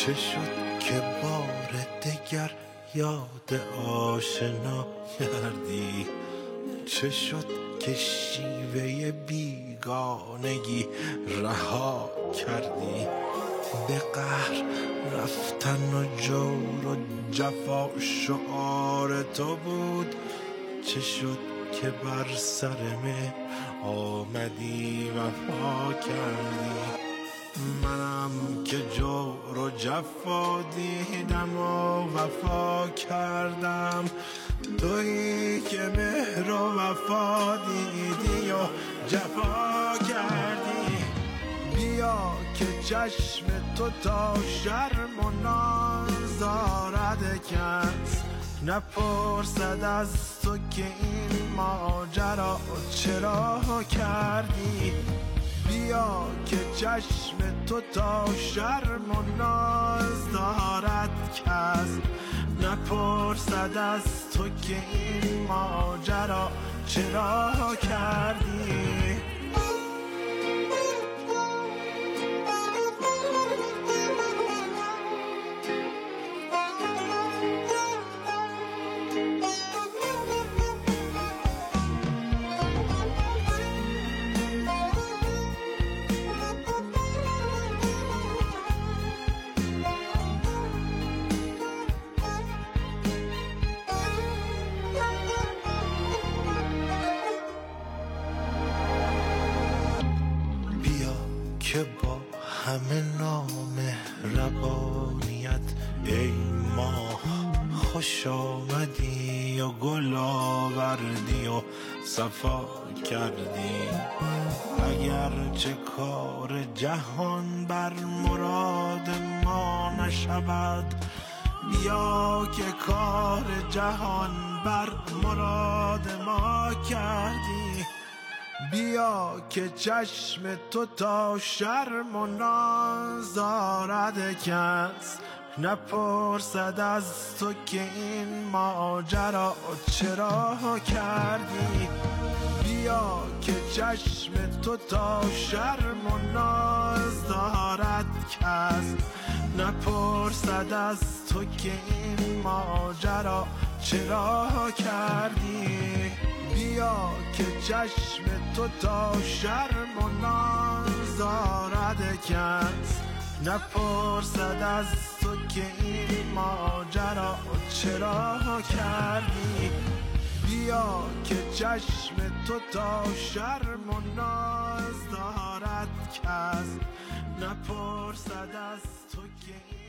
چه شد که بار دگر یاد آشنا کردی؟ چه شد که شیوه بیگانگی رها کردی؟ به قهر رفتن و جور و جفا شعار تو بود. چه شد که بر سر مهر آمدی وفا کردی؟ منم که جور و جفا دیدم و وفا کردم، تویی که مهر و وفا دیدی و جفا کردی. بیا که چشم تو تا شرم و ناز دارد کس، نپرسد از تو که این ماجرا چرا کردی. بیا که چشم تو تا شرم و ناز دارد کس، نپرسد از تو که این ماجرا چرا کردی. که با همه نامهربانیت ای ماه خوش آمدی و گل آوردی و صفا کردی. اگرچه کار جهان بر مراد ما نشود، بیا که کار جهان بر مراد ما کردی. بیا که چشم تو تا شرم و ناز دارد کس، نپرسد از تو که این ماجرا چرا کردی. بیا که چشم تو تا شرم و ناز دارد کس، نپرسد از تو که این ماجرا چرا کردی. بیا که چشم تو تا شرم و ناز دارد کس، نپرسد از تو که این ماجرا چرا کردی. بیا که چشم تو تا شرم و ناز دارد کس، نپرسد از تو که